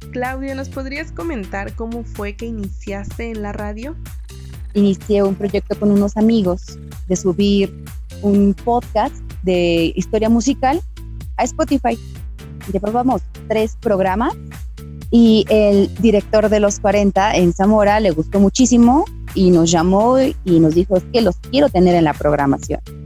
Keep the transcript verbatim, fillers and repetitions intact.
Claudia, ¿nos podrías comentar cómo fue que iniciaste en la radio? Inicié un proyecto con unos amigos de subir un podcast de historia musical a Spotify. Llevábamos tres programas y el director de los cuarenta en Zamora le gustó muchísimo y nos llamó y nos dijo, es que los quiero tener en la programación.